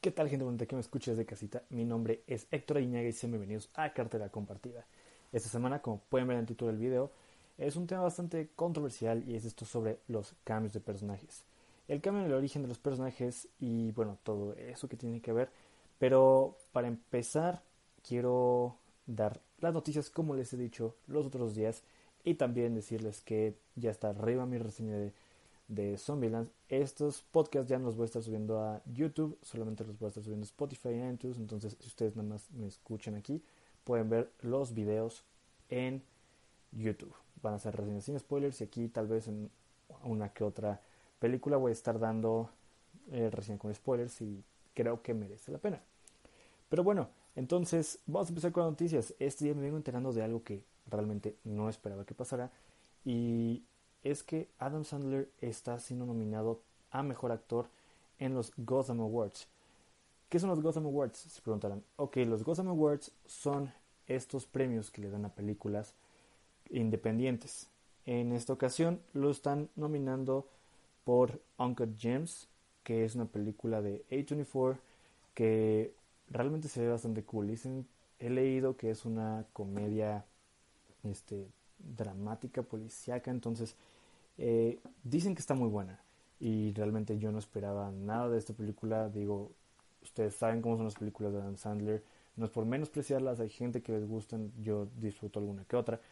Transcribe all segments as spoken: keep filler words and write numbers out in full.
¿Qué tal, gente bonita que me escucha desde casita? Mi nombre es Héctor Aguinaga y sean bienvenidos a Cartera Compartida. Esta semana, como pueden ver en el título del video, es un tema bastante controversial y es esto sobre los cambios de personajes. El cambio en el origen de los personajes y bueno, todo eso que tiene que ver. Pero para empezar, quiero dar las noticias como les he dicho los otros días y también decirles que ya está arriba mi reseña de de Zombieland. Estos podcasts ya no los voy a estar subiendo a YouTube, solamente los voy a estar subiendo a Spotify y iTunes. Entonces, si ustedes nada más me escuchan aquí, pueden ver los videos en YouTube. Van a ser reseñas sin spoilers y aquí tal vez en una que otra película voy a estar dando eh, reseña con spoilers y creo que merece la pena. Pero bueno, entonces vamos a empezar con las noticias. Este día me vengo enterando de algo que realmente no esperaba que pasara y es que Adam Sandler está siendo nominado a Mejor Actor en los Gotham Awards. ¿Qué son los Gotham Awards? Se preguntarán. Ok, los Gotham Awards son estos premios que le dan a películas independientes. En esta ocasión lo están nominando por Uncut Gems, que es una película de A veinticuatro que realmente se ve bastante cool. Dicen, he leído que es una comedia este, dramática, policíaca, entonces eh, dicen que está muy buena y realmente yo no esperaba nada de esta película. Digo, ustedes saben cómo son las películas de Adam Sandler, no es por menospreciarlas, hay gente que les gustan, yo disfruto alguna que otra,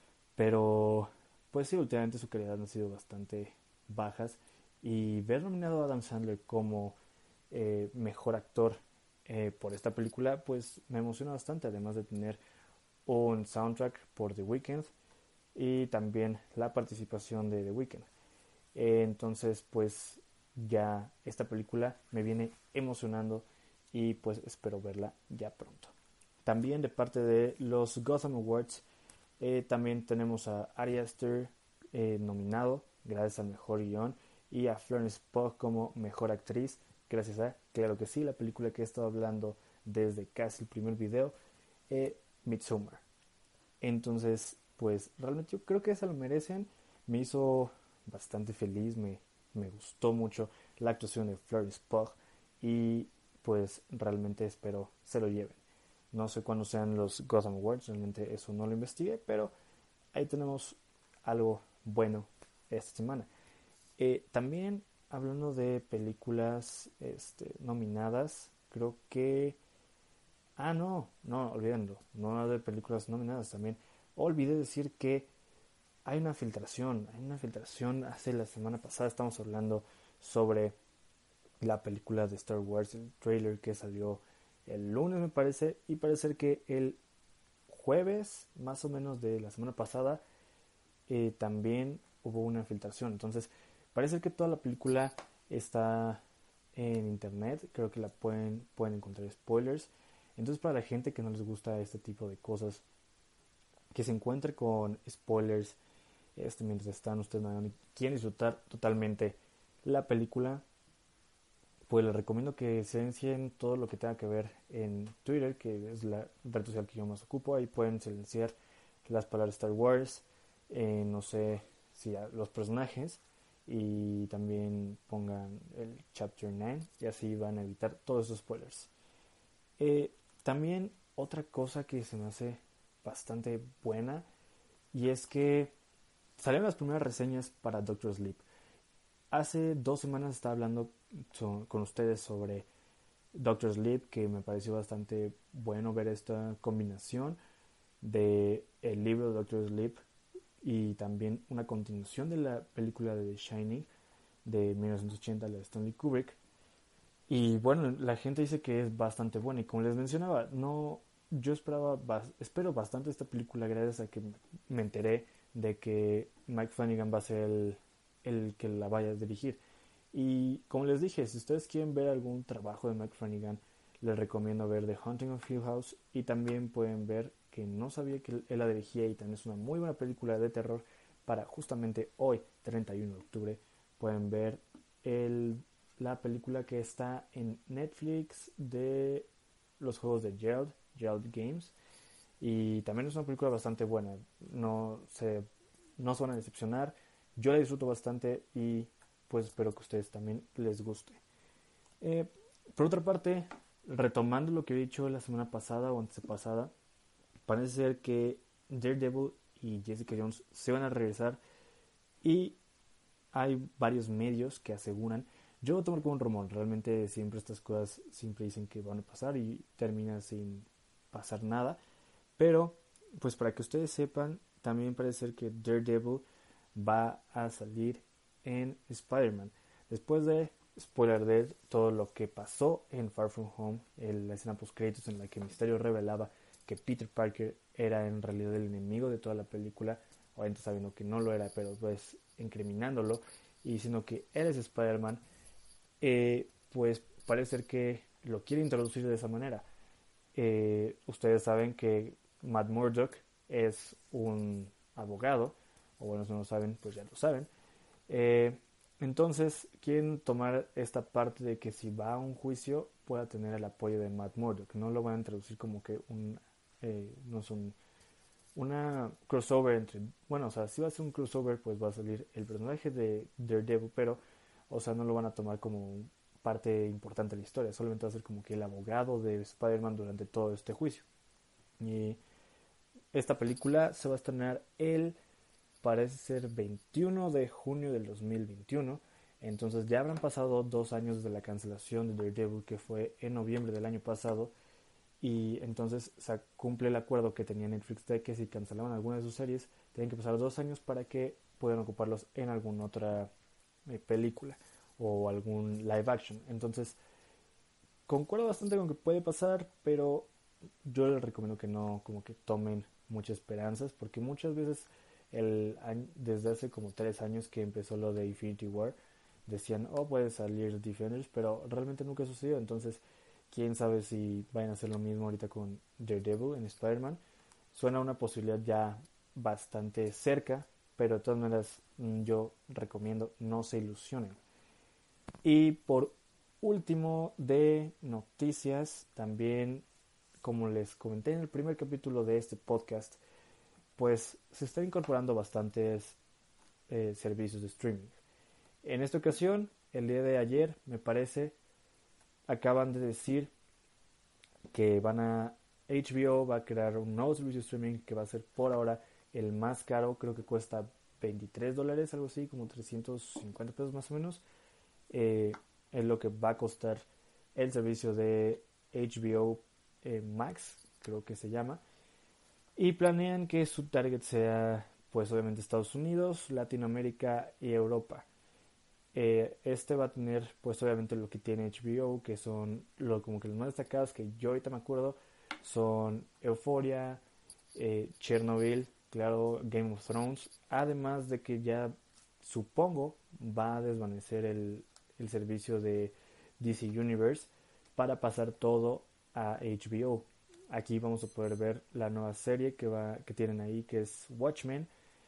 pero pues sí, últimamente su calidad han sido bastante bajas y ver nominado a Adam Sandler como eh, mejor actor eh, por esta película pues me emociona bastante, además de tener un soundtrack por The Weeknd y también la participación de The Weeknd. Eh, entonces, pues ya esta película me viene emocionando y pues espero verla ya pronto. También de parte de los Gotham Awards, eh, también tenemos a Ari Aster eh, nominado gracias al mejor guión y a Florence Pugh como mejor actriz gracias a, claro que sí, la película que he estado hablando desde casi el primer video, eh, Midsommar. Entonces, pues realmente yo creo que se lo merecen. Me hizo bastante feliz, me, me gustó mucho la actuación de Florence Pugh y pues realmente espero se lo lleven. No sé cuándo sean los Gotham Awards, realmente eso no lo investigué, pero ahí tenemos algo bueno esta semana. Eh, también hablando de películas este, nominadas, creo que Ah, no, no, olvídenlo. No de películas nominadas también. Olvidé decir que hay una filtración. Hay una filtración. Hace la semana pasada estamos hablando sobre la película de Star Wars, el trailer que salió el lunes, me parece. Y parece que el jueves, más o menos de la semana pasada, eh, también hubo una filtración. Entonces, parece que toda la película está en internet. Creo que la pueden, pueden encontrar spoilers. Entonces, para la gente que no les gusta este tipo de cosas, que se encuentre con spoilers este, mientras están ustedes navegando y quieren disfrutar totalmente la película, pues les recomiendo que silencien todo lo que tenga que ver en Twitter, que es la red social que yo más ocupo. Ahí pueden silenciar las palabras Star Wars, eh, no sé si a los personajes, y también pongan el Chapter nueve y así van a evitar todos esos spoilers. Eh, También otra cosa que se me hace bastante buena y es que salieron las primeras reseñas para Doctor Sleep. Hace dos semanas estaba hablando so- con ustedes sobre Doctor Sleep, que me pareció bastante bueno ver esta combinación de el libro de Doctor Sleep y también una continuación de la película de The Shining de mil novecientos ochenta de Stanley Kubrick. Y bueno, la gente dice que es bastante buena y como les mencionaba, no, yo esperaba, espero bastante esta película gracias a que me enteré de que Mike Flanagan va a ser el, el que la vaya a dirigir. Y como les dije, si ustedes quieren ver algún trabajo de Mike Flanagan, les recomiendo ver The Haunting of Hill House y también pueden ver que no sabía que él la dirigía y también es una muy buena película de terror para justamente hoy, treinta y uno de octubre, pueden ver el la película que está en Netflix de los juegos de Gerald, Gerald Games. Y también es una película bastante buena. No se, no se van a decepcionar. Yo la disfruto bastante y pues espero que a ustedes también les guste. Eh, Por otra parte, retomando lo que he dicho la semana pasada o antepasada, parece ser que Daredevil y Jessica Jones se van a regresar y hay varios medios que aseguran, yo lo tomo como un rumor, realmente siempre estas cosas siempre dicen que van a pasar y termina sin pasar nada, pero pues para que ustedes sepan, también parece ser que Daredevil va a salir en Spider-Man. Después de, spoiler de todo lo que pasó en Far From Home, en la escena post créditos en la que Mysterio revelaba que Peter Parker era en realidad el enemigo de toda la película, obviamente sabiendo que no lo era, pero pues incriminándolo y diciendo que él es Spider-Man, eh, pues parece ser que lo quiere introducir de esa manera. Eh, ustedes saben que Matt Murdock es un abogado, o bueno, si no lo saben, pues ya lo saben. Eh, entonces, quieren tomar esta parte de que si va a un juicio pueda tener el apoyo de Matt Murdock. No lo van a introducir como que un, eh, no es un, una crossover entre, bueno, o sea, si va a ser un crossover, pues va a salir el personaje de Daredevil, pero, o sea, no lo van a tomar como parte importante de la historia, solamente va a ser como que el abogado de Spider-Man durante todo este juicio. Y esta película se va a estrenar el, parece ser veintiuno de junio del dos mil veintiuno. Entonces ya habrán pasado dos años desde la cancelación de Daredevil, que fue en noviembre del año pasado. Y entonces se cumple el acuerdo que tenía Netflix de que si cancelaban alguna de sus series, tenían que pasar dos años para que puedan ocuparlos en alguna otra eh, película o algún live action. Entonces concuerdo bastante con que puede pasar, pero yo les recomiendo que no como que tomen muchas esperanzas, porque muchas veces el año, desde hace como tres años que empezó lo de Infinity War, decían, oh, puede salir Defenders, pero realmente nunca sucedió. Entonces, quién sabe si vayan a hacer lo mismo ahorita con Daredevil en Spider-Man. Suena una posibilidad ya bastante cerca, pero de todas maneras mm, yo recomiendo no se ilusionen. Y por último de noticias, también como les comenté en el primer capítulo de este podcast, pues se están incorporando bastantes eh, servicios de streaming. En esta ocasión, el día de ayer, me parece, acaban de decir que van a H B O va a crear un nuevo servicio de streaming que va a ser por ahora el más caro, creo que cuesta veintitrés dólares, algo así, como trescientos cincuenta pesos más o menos. Eh, es lo que va a costar el servicio de H B O eh, Max, creo que se llama. Y planean que su target sea, pues obviamente Estados Unidos, Latinoamérica y Europa. Eh, este va a tener, pues obviamente lo que tiene H B O, que son lo, como que los más destacados que yo ahorita me acuerdo, son Euphoria, eh, Chernobyl, claro, Game of Thrones, además de que ya supongo va a desvanecer el, el servicio de D C Universe para pasar todo a H B O. Aquí vamos a poder ver la nueva serie que, va, que tienen ahí, que es Watchmen.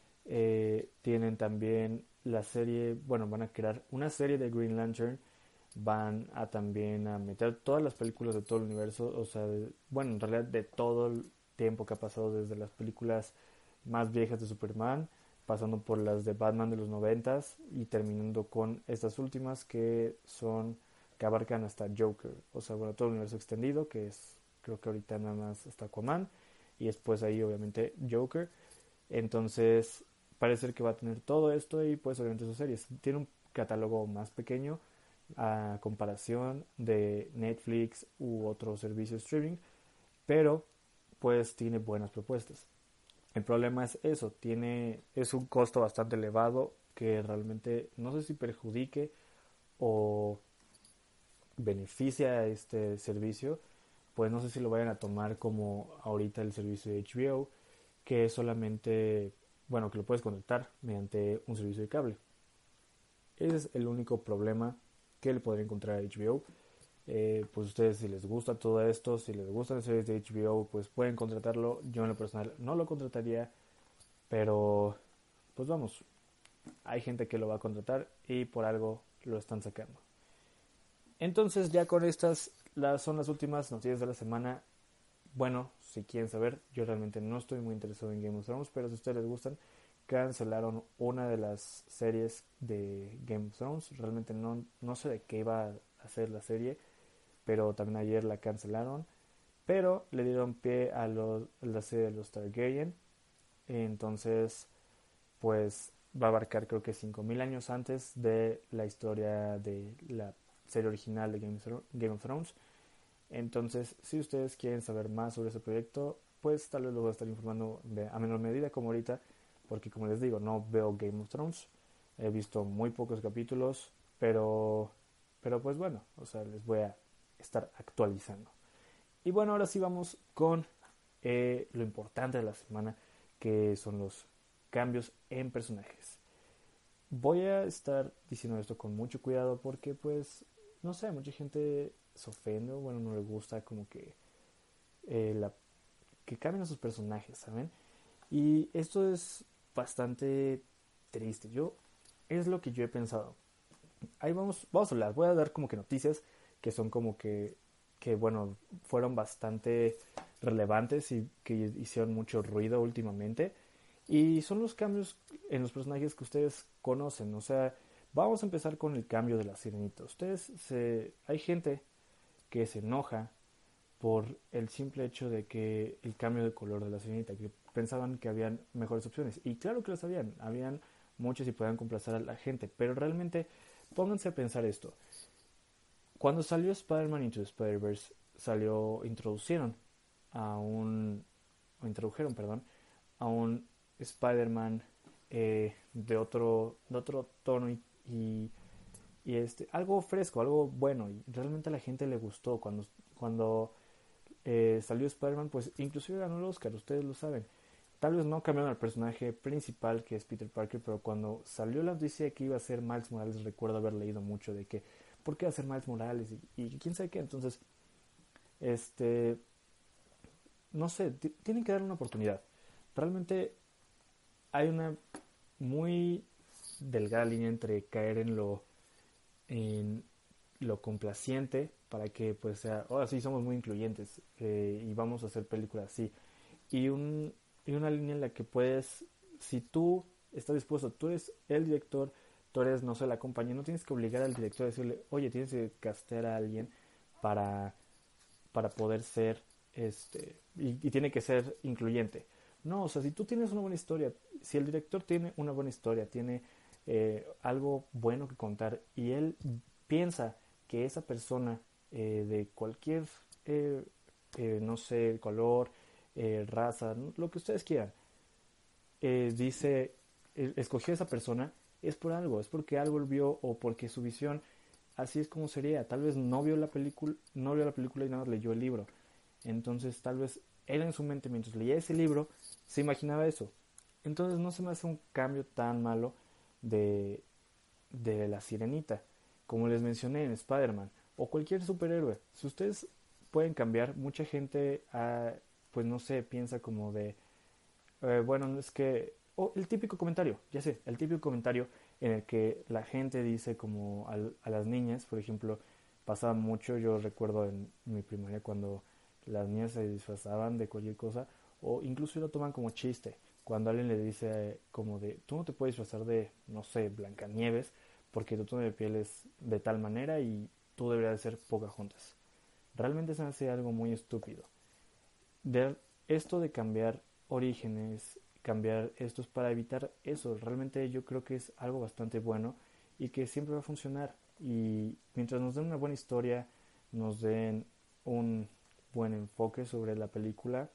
Eh, tienen también la serie, bueno, van a crear una serie de Green Lantern, van a también a meter todas las películas de todo el universo, o sea, de, bueno, en realidad de todo el tiempo que ha pasado desde las películas más viejas de Superman, pasando por las de Batman de los noventas y terminando con estas últimas que son, que abarcan hasta Joker, o sea, bueno, todo el universo extendido, que es, creo que ahorita nada más hasta Aquaman, y después ahí obviamente Joker. Entonces parece que va a tener todo esto y pues obviamente sus series. Tiene un catálogo más pequeño a comparación de Netflix u otro servicio de streaming, pero pues tiene buenas propuestas. El problema es eso, tiene, es un costo bastante elevado que realmente no sé si perjudique o beneficia a este servicio, pues no sé si lo vayan a tomar como ahorita el servicio de H B O, que es solamente, bueno, que lo puedes conectar mediante un servicio de cable. Ese es el único problema que le podría encontrar a H B O. Eh, pues ustedes si les gusta todo esto, si les gustan las series de H B O, pues pueden contratarlo. Yo en lo personal no lo contrataría, pero pues vamos, hay gente que lo va a contratar y por algo lo están sacando. Entonces ya con estas las son las últimas noticias de la semana. Bueno, si quieren saber, yo realmente no estoy muy interesado en Game of Thrones, pero si a ustedes les gustan, cancelaron una de las series de Game of Thrones. Realmente no, no sé de qué iba a hacer la serie, pero también ayer la cancelaron, pero le dieron pie a, los, a la serie de los Targaryen. Entonces, pues va a abarcar creo que cinco mil años antes de la historia de la serie original de Game of, Thro- Game of Thrones. Entonces, si ustedes quieren saber más sobre ese proyecto, pues tal vez lo voy a estar informando de, a menor medida como ahorita, porque como les digo, no veo Game of Thrones, he visto muy pocos capítulos, pero, pero pues bueno, o sea, les voy a estar actualizando. Y bueno, ahora sí vamos con eh, lo importante de la semana, que son los cambios en personajes. Voy a estar diciendo esto con mucho cuidado porque pues, no sé, mucha gente se ofende, o bueno, no le gusta como que eh, la, que cambien a sus personajes, ¿saben? Y esto es bastante triste. Yo, es lo que yo he pensado. Ahí vamos, vamos a hablar, voy a dar como que noticias que son como que, que bueno, fueron bastante relevantes y que hicieron mucho ruido últimamente. Y son los cambios en los personajes que ustedes conocen. O sea, vamos a empezar con el cambio de la sirenita. Ustedes se, hay gente que se enoja por el simple hecho de que el cambio de color de la sirenita, que pensaban que habían mejores opciones. Y claro que lo sabían, habían muchas y podían complacer a la gente, pero realmente pónganse a pensar esto. Cuando salió Spider-Man Into the Spider-Verse, salió, introducieron a un, o introdujeron, perdón, a un Spider-Man eh, de otro, de otro tono y, y, y este, algo fresco, algo bueno, y realmente a la gente le gustó cuando, cuando eh, salió Spider-Man, pues inclusive ganó el Oscar, ustedes lo saben. Tal vez no cambiaron al personaje principal que es Peter Parker, pero cuando salió la noticia de que iba a ser Miles Morales, recuerdo haber leído mucho de que, ¿por qué va a ser Miles Morales? Y, y quién sabe qué. Entonces, este, no sé, t- tienen que darle una oportunidad. Realmente hay una muy delgada línea entre caer en lo, en lo complaciente para que pues sea, ahora sí somos muy incluyentes eh, y vamos a hacer películas así y, un, y una línea en la que puedes, si tú estás dispuesto, tú eres el director, tú eres, no sé, la compañía, no tienes que obligar al director a decirle, oye, tienes que castear a alguien para, para poder ser, este, y, y tiene que ser incluyente. No, o sea, si tú tienes una buena historia, si el director tiene una buena historia, tiene eh, algo bueno que contar y él piensa que esa persona eh, de cualquier, eh, eh, no sé, color, eh, raza, lo que ustedes quieran, eh, dice, eh, escogió a esa persona, es por algo, es porque algo él vio o porque su visión así es como sería. Tal vez no vio la película, no vio la película y nada más leyó el libro. Entonces, tal vez él en su mente, mientras leía ese libro, se imaginaba eso. Entonces, no se me hace un cambio tan malo de, de la sirenita, como les mencioné en Spider-Man o cualquier superhéroe. Si ustedes pueden cambiar, mucha gente, ah, pues no sé, piensa como de, eh, bueno, es que, o el típico comentario, ya sé, el típico comentario en el que la gente dice como al- a las niñas, por ejemplo, pasaba mucho, yo recuerdo en mi primaria cuando las niñas se disfrazaban de cualquier cosa, o incluso lo toman como chiste, cuando alguien le dice eh, como de, tú no te puedes disfrazar de, no sé, Blancanieves, porque tu tono de piel es de tal manera y tú deberías de ser Pocahontas. Realmente se me hace algo muy estúpido. De esto de cambiar orígenes, cambiar estos para evitar eso, realmente yo creo que es algo bastante bueno y que siempre va a funcionar. Y mientras nos den una buena historia, nos den un buen enfoque sobre la película,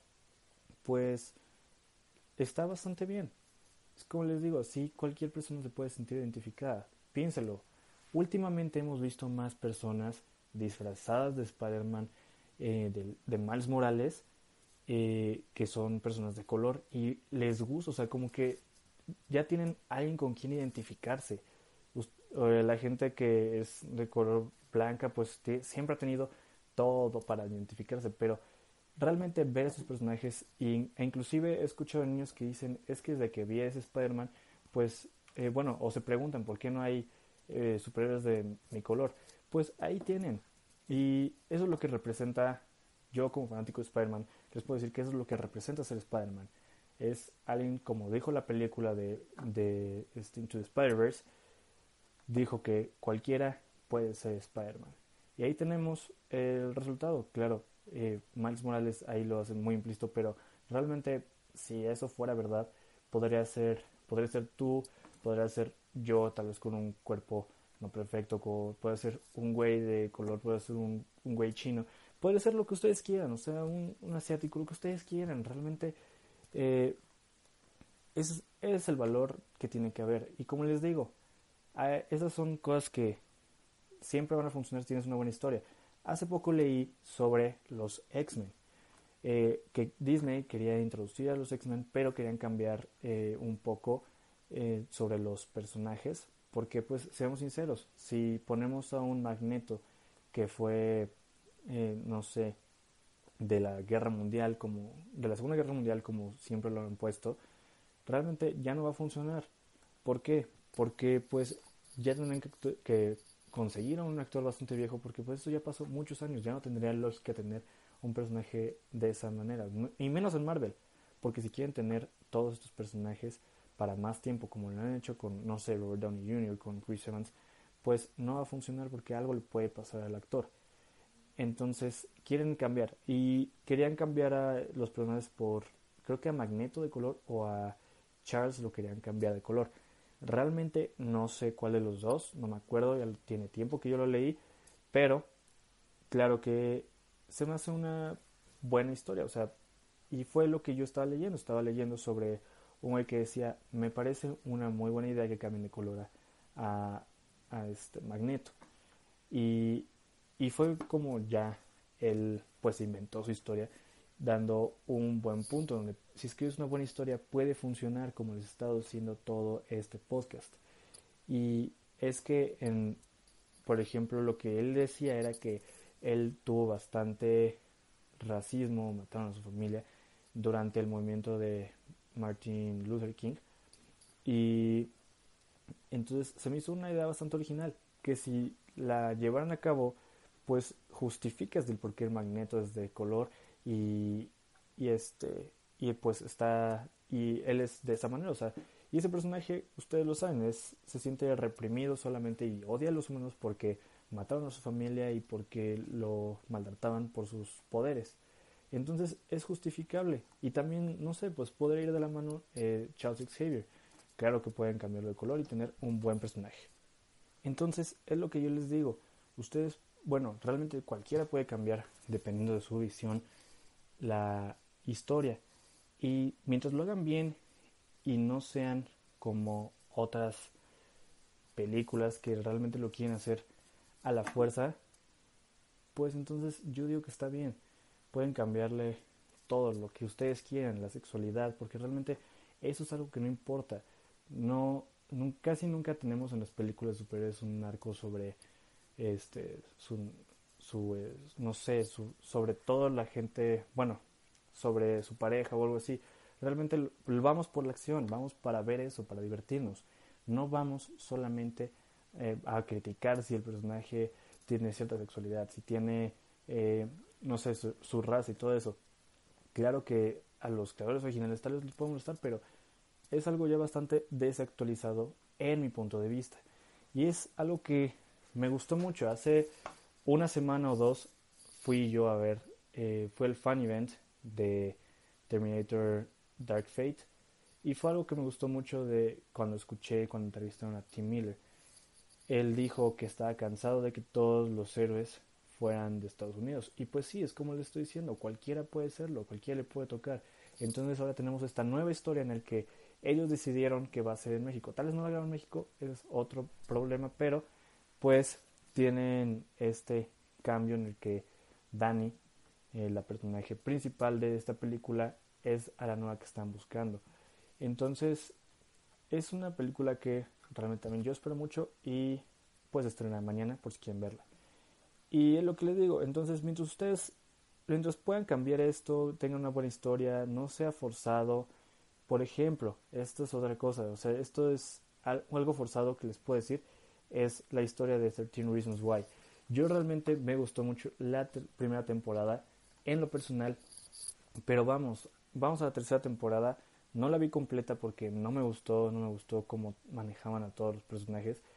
pues está bastante bien. Es como les digo, sí, cualquier persona se puede sentir identificada. Piénselo. Últimamente hemos visto más personas disfrazadas de Spider-Man, eh, de, de Miles Morales, eh, que son personas de color y les gusta, o sea, como que ya tienen alguien con quien identificarse. Us- eh, La gente que es de color blanca, pues te- siempre ha tenido todo para identificarse, pero realmente ver a esos personajes y, e inclusive he escuchado niños que dicen, es que desde que vi a ese Spider-Man, pues, eh, bueno, o se preguntan por qué no hay eh, superhéroes de mi color. Pues ahí tienen. Y eso es lo que representa, yo como fanático de Spider-Man, les puedo decir que eso es lo que representa ser Spider-Man. Es alguien, como dijo la película de, de este, Into the Spider-Verse, dijo que cualquiera puede ser Spider-Man. Y ahí tenemos el resultado, claro. Eh, Miles Morales ahí lo hacen muy implícito, pero realmente si eso fuera verdad, podría ser, podría ser tú, podría ser yo, tal vez con un cuerpo no perfecto, co- puede ser un güey de color, puede ser un, un güey chino, puede ser lo que ustedes quieran, o sea, un, un asiático, lo que ustedes quieran, realmente eh, ese es, es el valor que tiene que haber. Y como les digo, eh, esas son cosas que siempre van a funcionar si tienes una buena historia. Hace poco leí sobre los X-Men, eh, que Disney quería introducir a los X-Men, pero querían cambiar eh, un poco eh, sobre los personajes, porque pues seamos sinceros, si ponemos a un Magneto que fue, eh, no sé, de la guerra mundial, como de la segunda guerra mundial, como siempre lo han puesto, realmente ya no va a funcionar. ¿Por qué? Porque pues ya tendrán que, que conseguir a un actor bastante viejo, porque pues eso ya pasó muchos años, ya no tendría lógica tener un personaje de esa manera, y menos en Marvel, porque si quieren tener todos estos personajes para más tiempo, como lo han hecho con, no sé, Robert Downey junior, con Chris Evans, pues no va a funcionar porque algo le puede pasar al actor. Entonces quieren cambiar y querían cambiar a los personajes por, creo que a Magneto de color o a Charles lo querían cambiar de color. Realmente no sé cuál de los dos, no me acuerdo, ya tiene tiempo que yo lo leí, pero claro que se me hace una buena historia, o sea, y fue lo que yo estaba leyendo, estaba leyendo sobre un güey que decía, me parece una muy buena idea que cambien de color a, a, a este Magneto. Y, y fue como ya él pues inventó su historia dando un buen punto donde si escribes una buena historia puede funcionar como les he estado diciendo todo este podcast. Y es que en, por ejemplo, lo que él decía era que él tuvo bastante racismo, mataron a su familia durante el movimiento de Martin Luther King. Y entonces se me hizo una idea bastante original, que si la llevaran a cabo, pues justificas del por qué el Magneto es de color y, y este y pues está y él es de esa manera, o sea, y ese personaje, ustedes lo saben, es se siente reprimido solamente y odia a los humanos porque mataron a su familia y porque lo maltrataban por sus poderes. Entonces es justificable y también, no sé, pues podría ir de la mano eh, Charles Xavier. Claro que pueden cambiarlo de color y tener un buen personaje. Entonces, es lo que yo les digo. Ustedes, bueno, realmente cualquiera puede cambiar, dependiendo de su visión, la historia. Y mientras lo hagan bien y no sean como otras películas que realmente lo quieren hacer a la fuerza, pues entonces yo digo que está bien. Pueden cambiarle todo lo que ustedes quieran, la sexualidad, porque realmente eso es algo que no importa. No, nun- casi nunca tenemos en las películas superiores un arco sobre este su, su eh, no sé, su, sobre todo la gente, bueno, sobre su pareja o algo así. Realmente l- vamos por la acción, vamos para ver eso, para divertirnos. No vamos solamente eh, a criticar si el personaje tiene cierta sexualidad, si tiene, eh, no sé, su, su raza y todo eso. Claro que a los creadores originales tal vez les puede molestar, pero es algo ya bastante desactualizado en mi punto de vista. Y es algo que me gustó mucho. Hace una semana o dos fui yo a ver, eh, fue el fan event de Terminator Dark Fate. Y fue algo que me gustó mucho de cuando escuché, cuando entrevistaron a Tim Miller. Él dijo que estaba cansado de que todos los héroes fueran de Estados Unidos. Y pues sí, es como le estoy diciendo, cualquiera puede serlo, cualquiera le puede tocar. Entonces ahora tenemos esta nueva historia en la que ellos decidieron que va a ser en México. Tal vez no la hagan en México, es otro problema, pero pues tienen este cambio en el que Dani, eh, la personaje principal de esta película, es a la nueva que están buscando. Entonces es una película que realmente también yo espero mucho y pues estrena mañana por si quieren verla. Y es lo que les digo, entonces mientras ustedes, mientras puedan cambiar esto, tengan una buena historia, no sea forzado. Por ejemplo, esto es otra cosa, o sea, esto es algo forzado que les puedo decir, es la historia de trece Reasons Why. Yo realmente me gustó mucho la ter- primera temporada en lo personal, pero vamos, vamos a la tercera temporada. No la vi completa porque no me gustó, no me gustó cómo manejaban a todos los personajes.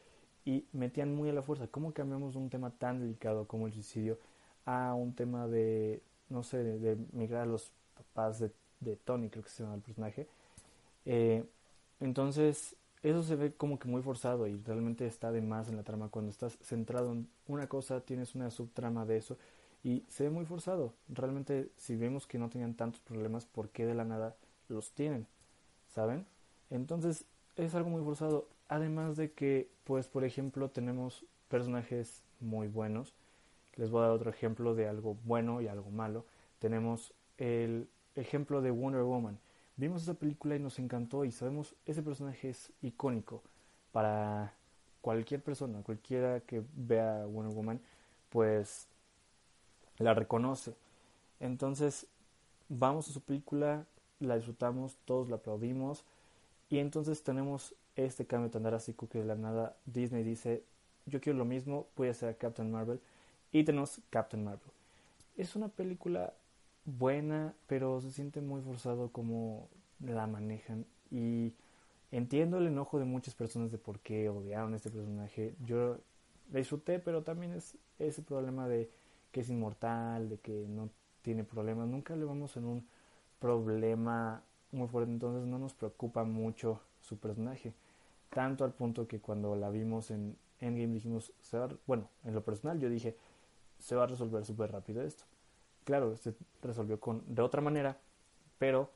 y metían muy a la fuerza. ¿Cómo cambiamos de un tema tan delicado como el suicidio a un tema de, no sé, de, de migrar a los papás de, de Tony, creo que se llama el personaje? Eh, entonces, eso se ve como que muy forzado y realmente está de más en la trama. Cuando estás centrado en una cosa, tienes una subtrama de eso y se ve muy forzado. Realmente, si vemos que no tenían tantos problemas, ¿por qué de la nada los tienen? ¿Saben? Entonces, es algo muy forzado. Además de que, pues, por ejemplo, tenemos personajes muy buenos. Les voy a dar otro ejemplo de algo bueno y algo malo. Tenemos el ejemplo de Wonder Woman. Vimos esa película y nos encantó y sabemos ese personaje es icónico para cualquier persona, cualquiera que vea Wonder Woman, pues la reconoce. Entonces vamos a su película, la disfrutamos, todos la aplaudimos y entonces tenemos este cambio tan drástico que de la nada Disney dice, yo quiero lo mismo, voy a hacer a Captain Marvel y tenemos Captain Marvel. Es una película buena, pero se siente muy forzado como la manejan y entiendo el enojo de muchas personas de por qué odiaron a este personaje. Yo la disfruté, pero también es ese problema de que es inmortal, de que no tiene problemas. Nunca le vamos en un problema muy fuerte, entonces no nos preocupa mucho su personaje. Tanto al punto que cuando la vimos en Endgame dijimos, se va, bueno, en lo personal yo dije, se va a resolver súper rápido esto. Claro, se resolvió con, de otra manera, pero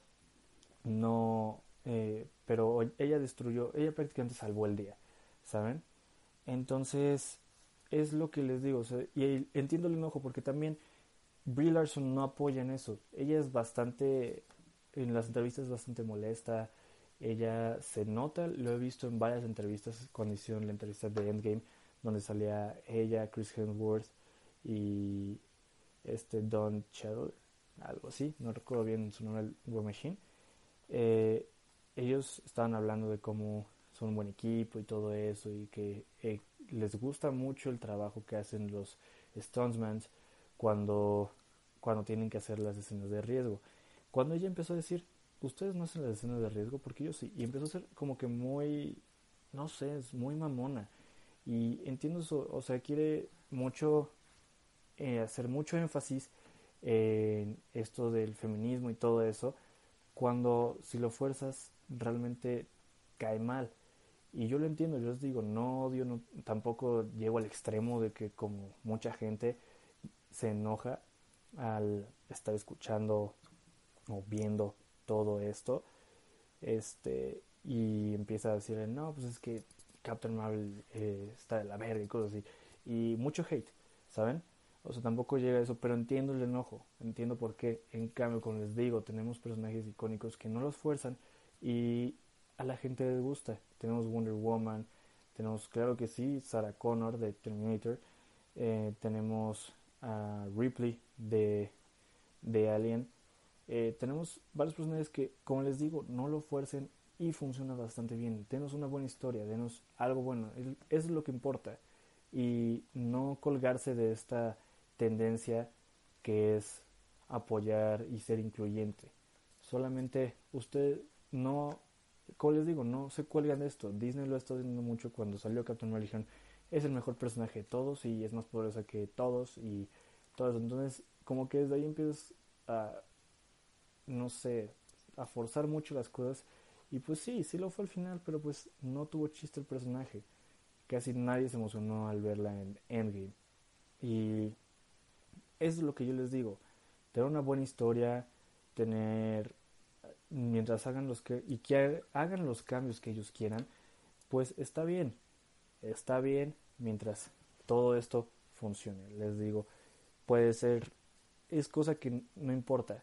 no, eh, pero ella destruyó, ella prácticamente salvó el día, ¿saben? Entonces, es lo que les digo, o sea, y entiendo el enojo porque también Brie Larson no apoya en eso. Ella es bastante, en las entrevistas es bastante molesta. Ella se nota, lo he visto en varias entrevistas cuando hicieron la entrevista de Endgame, donde salía ella, Chris Hemsworth y este Don Cheadle, algo así, no recuerdo bien su nombre, War Machine. Eh, Ellos estaban hablando de cómo son un buen equipo y todo eso y que eh, les gusta mucho el trabajo que hacen los Stuntsmans cuando, cuando tienen que hacer las escenas de riesgo. Cuando ella empezó a decir, ustedes no hacen las escenas de riesgo porque yo sí, y empezó a ser como que muy, no sé, es muy mamona. Y entiendo eso, o sea, quiere mucho, eh, hacer mucho énfasis en esto del feminismo y todo eso, cuando si lo fuerzas realmente cae mal. Y yo lo entiendo, yo les digo, no odio, no, tampoco llego al extremo de que como mucha gente se enoja al estar escuchando o viendo todo esto, este, y empieza a decirle, no, pues es que Captain Marvel eh, está de la verga y cosas así. Y mucho hate, ¿saben? O sea, tampoco llega a eso, pero entiendo el enojo, entiendo por qué. En cambio, como les digo, tenemos personajes icónicos que no los fuerzan y a la gente les gusta. Tenemos Wonder Woman, tenemos, claro que sí, Sarah Connor de Terminator, eh, tenemos a Ripley de, de Alien. Eh, tenemos varios personajes que, como les digo, no lo fuercen y funciona bastante bien. Denos una buena historia, denos algo bueno, es, es lo que importa. Y no colgarse de esta tendencia que es apoyar y ser incluyente. Solamente usted no, como les digo, no se cuelgan de esto. Disney lo está haciendo mucho cuando salió Captain Marvel. Dijeron, es el mejor personaje de todos y es más poderosa que todos y todo eso. Entonces, como que desde ahí empiezas a, no sé, a forzar mucho las cosas. Y pues sí, sí lo fue al final, pero pues no tuvo chiste el personaje. Casi nadie se emocionó al verla en Endgame. Y eso es lo que yo les digo. Tener una buena historia, tener, mientras hagan los que y que hagan los cambios que ellos quieran, pues está bien. Está bien mientras todo esto funcione. Les digo, puede ser, es cosa que no importa.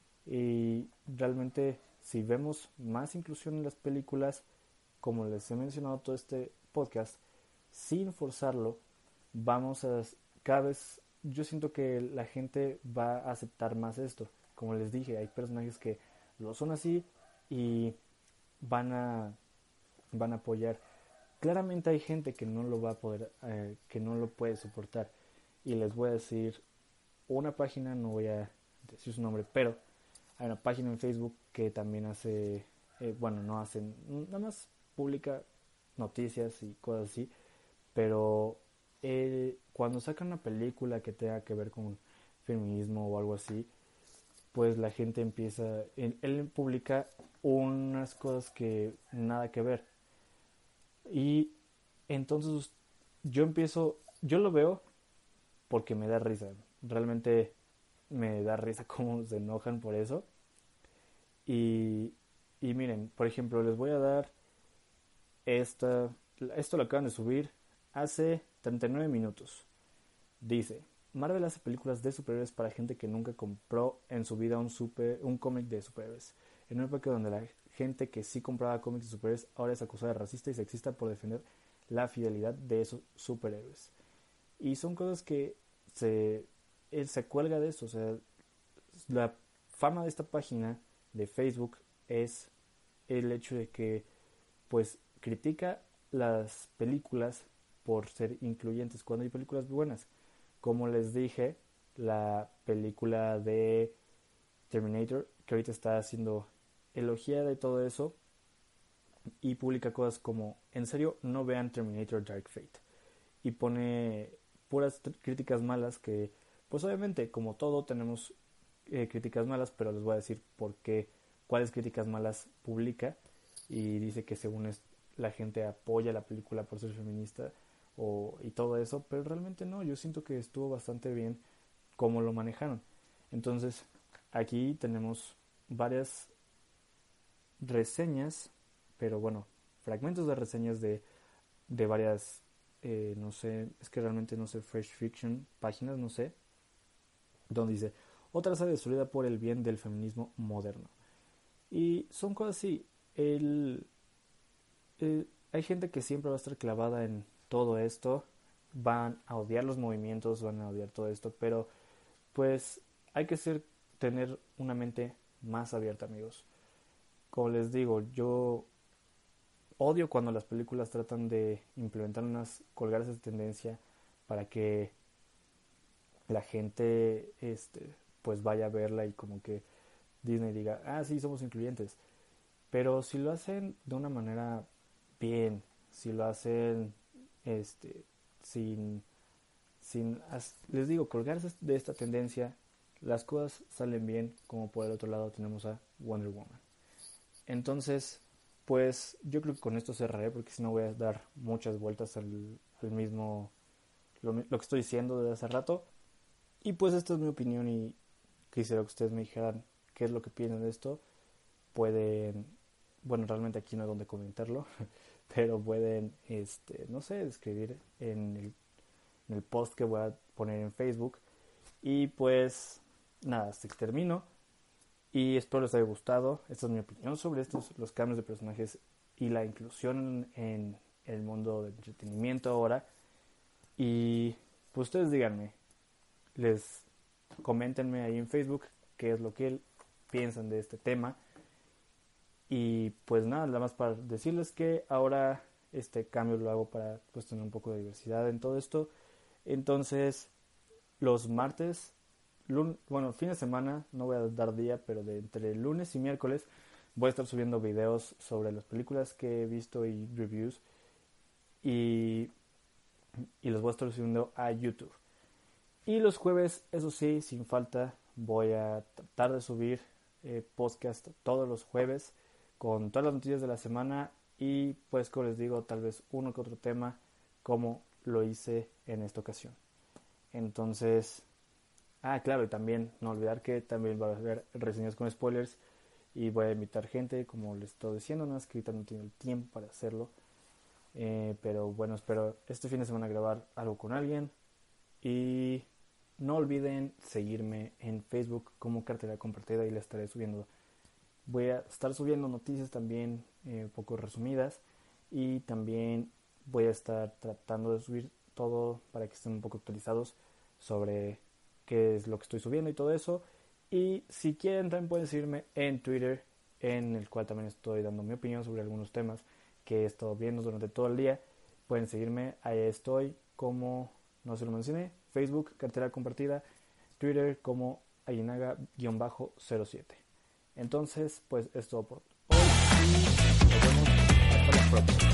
Y realmente si vemos más inclusión en las películas, como les he mencionado todo este podcast, sin forzarlo, vamos a cada vez, yo siento que la gente va a aceptar más esto. Como les dije, hay personajes que lo son así y van a van a apoyar. Claramente hay gente que no lo va a poder, eh, que no lo puede soportar. Y les voy a decir una página, no voy a decir su nombre, pero hay una página en Facebook que también hace, eh, bueno, no hacen, nada más publica noticias y cosas así, pero eh, cuando sacan una película que tenga que ver con feminismo o algo así, pues la gente empieza, él, él publica unas cosas que nada que ver. Y entonces yo empiezo, yo lo veo porque me da risa. Realmente me da risa cómo se enojan por eso. Y, y miren, por ejemplo, les voy a dar esta, esto lo acaban de subir hace treinta y nueve minutos. Dice, Marvel hace películas de superhéroes para gente que nunca compró en su vida un, super, un cómic de superhéroes. En una época donde la gente que sí compraba cómics de superhéroes ahora es acusada de racista y sexista por defender la fidelidad de esos superhéroes. Y son cosas que se, él se cuelga de eso. O sea, la fama de esta página de Facebook es el hecho de que pues critica las películas por ser incluyentes cuando hay películas buenas. Como les dije, la película de Terminator, que ahorita está siendo elogiada y todo eso, y publica cosas como, en serio, no vean Terminator Dark Fate. Y pone puras t- críticas malas que, pues obviamente, como todo, tenemos eh, críticas malas, pero les voy a decir por qué, cuáles críticas malas publica. Y dice que según es, la gente apoya la película por ser feminista o, y todo eso, pero realmente no, yo siento que estuvo bastante bien cómo lo manejaron. Entonces, aquí tenemos varias reseñas, pero bueno, fragmentos de reseñas de, de varias, eh, no sé, es que realmente no sé, Fresh Fiction, páginas, no sé, donde dice, otra raza destruida por el bien del feminismo moderno. Y son cosas así, el, eh, hay gente que siempre va a estar clavada en todo esto, van a odiar los movimientos, van a odiar todo esto, pero pues hay que ser, tener una mente más abierta, amigos. Como les digo, yo odio cuando las películas tratan de implementar unas, colgar esa tendencia para que la gente este pues vaya a verla y como que Disney diga, ah, sí, somos incluyentes. Pero si lo hacen de una manera bien, si lo hacen este sin sin les digo, colgarse de esta tendencia, las cosas salen bien, como por el otro lado tenemos a Wonder Woman. Entonces, pues yo creo que con esto cerraré porque si no voy a dar muchas vueltas al, al mismo lo, lo que estoy diciendo desde hace rato. Y pues esta es mi opinión y quisiera que ustedes me dijeran qué es lo que piensan de esto. Pueden, bueno, realmente aquí no hay donde comentarlo, pero pueden, este, no sé, escribir en el, en el post que voy a poner en Facebook. Y pues nada, hasta que termino. Y espero les haya gustado. Esta es mi opinión sobre estos, los cambios de personajes y la inclusión en el mundo del entretenimiento ahora. Y pues ustedes díganme, les coméntenme ahí en Facebook qué es lo que piensan de este tema. Y pues nada, nada más para decirles que ahora este cambio lo hago para pues tener un poco de diversidad en todo esto. Entonces, los martes, lun- bueno, fin de semana, no voy a dar día, pero de entre lunes y miércoles voy a estar subiendo videos sobre las películas que he visto y reviews y, y los voy a estar subiendo a YouTube. Y los jueves, eso sí, sin falta, voy a tratar de subir eh, podcast todos los jueves con todas las noticias de la semana y pues como les digo, tal vez uno que otro tema como lo hice en esta ocasión. Entonces, ah, claro, y también no olvidar que también va a haber reseñas con spoilers y voy a invitar gente, como les estoy diciendo, no es que ahorita no tengo el tiempo para hacerlo. Eh, pero bueno, espero este fin de semana grabar algo con alguien. Y no olviden seguirme en Facebook como Cartera Compartida y les estaré subiendo. Voy a estar subiendo noticias también eh, un poco resumidas y también voy a estar tratando de subir todo para que estén un poco actualizados sobre qué es lo que estoy subiendo y todo eso. Y si quieren también pueden seguirme en Twitter, en el cual también estoy dando mi opinión sobre algunos temas que he estado viendo durante todo el día. Pueden seguirme, ahí estoy como, no se lo mencioné, Facebook, Cartera Compartida, Twitter como Aguinaga-cero siete. Entonces, pues es todo por hoy y nos vemos hasta la próxima.